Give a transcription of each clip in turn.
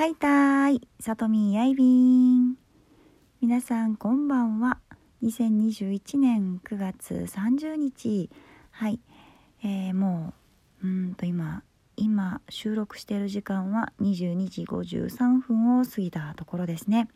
はいたーい、さとみやいびん。皆さんこんばんは。2021年9月30日。はい、もう今収録している時間は22時53分を過ぎたところですね。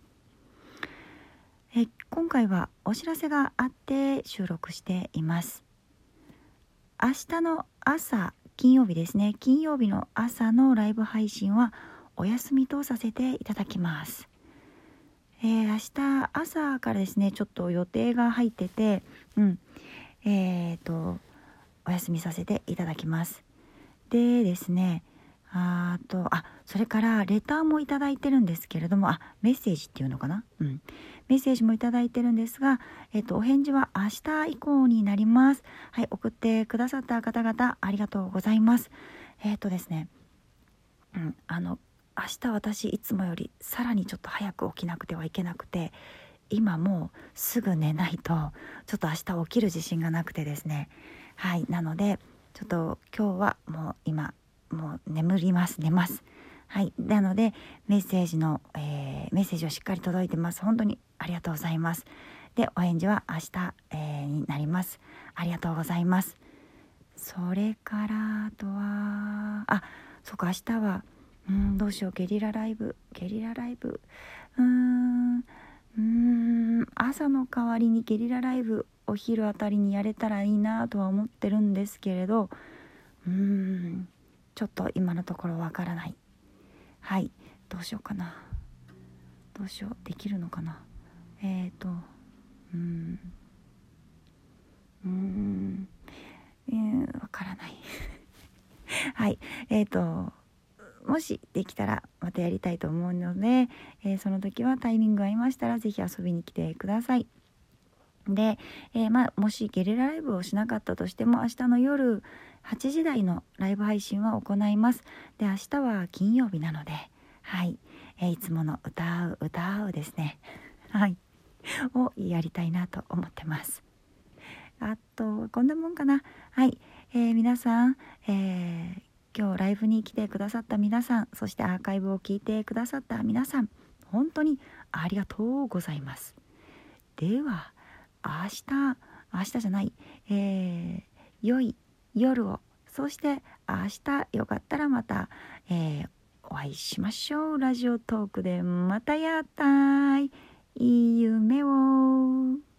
今回はお知らせがあって収録しています。明日の朝、金曜日ですね。金曜日の朝のライブ配信はお休みとさせていただきます。明日朝からですね、ちょっと予定が入ってて、お休みさせていただきます。でですね、それからレターもいただいてるんですけれども、メッセージっていうのかな、メッセージもいただいてるんですが、お返事は明日以降になります。はい、送ってくださった方々ありがとうございます。ですね、明日私いつもよりさらにちょっと早く起きなくてはいけなくて、今もうすぐ寝ないとちょっと明日起きる自信がなくてですね。はい、なのでちょっと今日はもう今もう寝ます。はい、なのでメッセージはしっかり届いてます。本当にありがとうございます。で、お返事は明日、になります。ありがとうございます。それからあとはそうか、明日はどうしよう、ゲリラライブ朝の代わりにゲリラライブお昼あたりにやれたらいいなとは思ってるんですけれど、ちょっと今のところわからない。はい、どうしよう、できるのかな。わからないはい、もしできたらまたやりたいと思うので、その時はタイミングが合いましたらぜひ遊びに来てください。で、もしゲリラライブをしなかったとしても明日の夜8時台のライブ配信は行います。で、明日は金曜日なので、はい、いつもの歌うですねはいをやりたいなと思ってます。あとこんなもんかな。はい、皆さん、今日ライブに来てくださった皆さん、そしてアーカイブを聞いてくださった皆さん、本当にありがとうございます。では明日じゃない、良い夜を、そして明日よかったらまた、お会いしましょう。ラジオトークでまたやったい。いい夢を。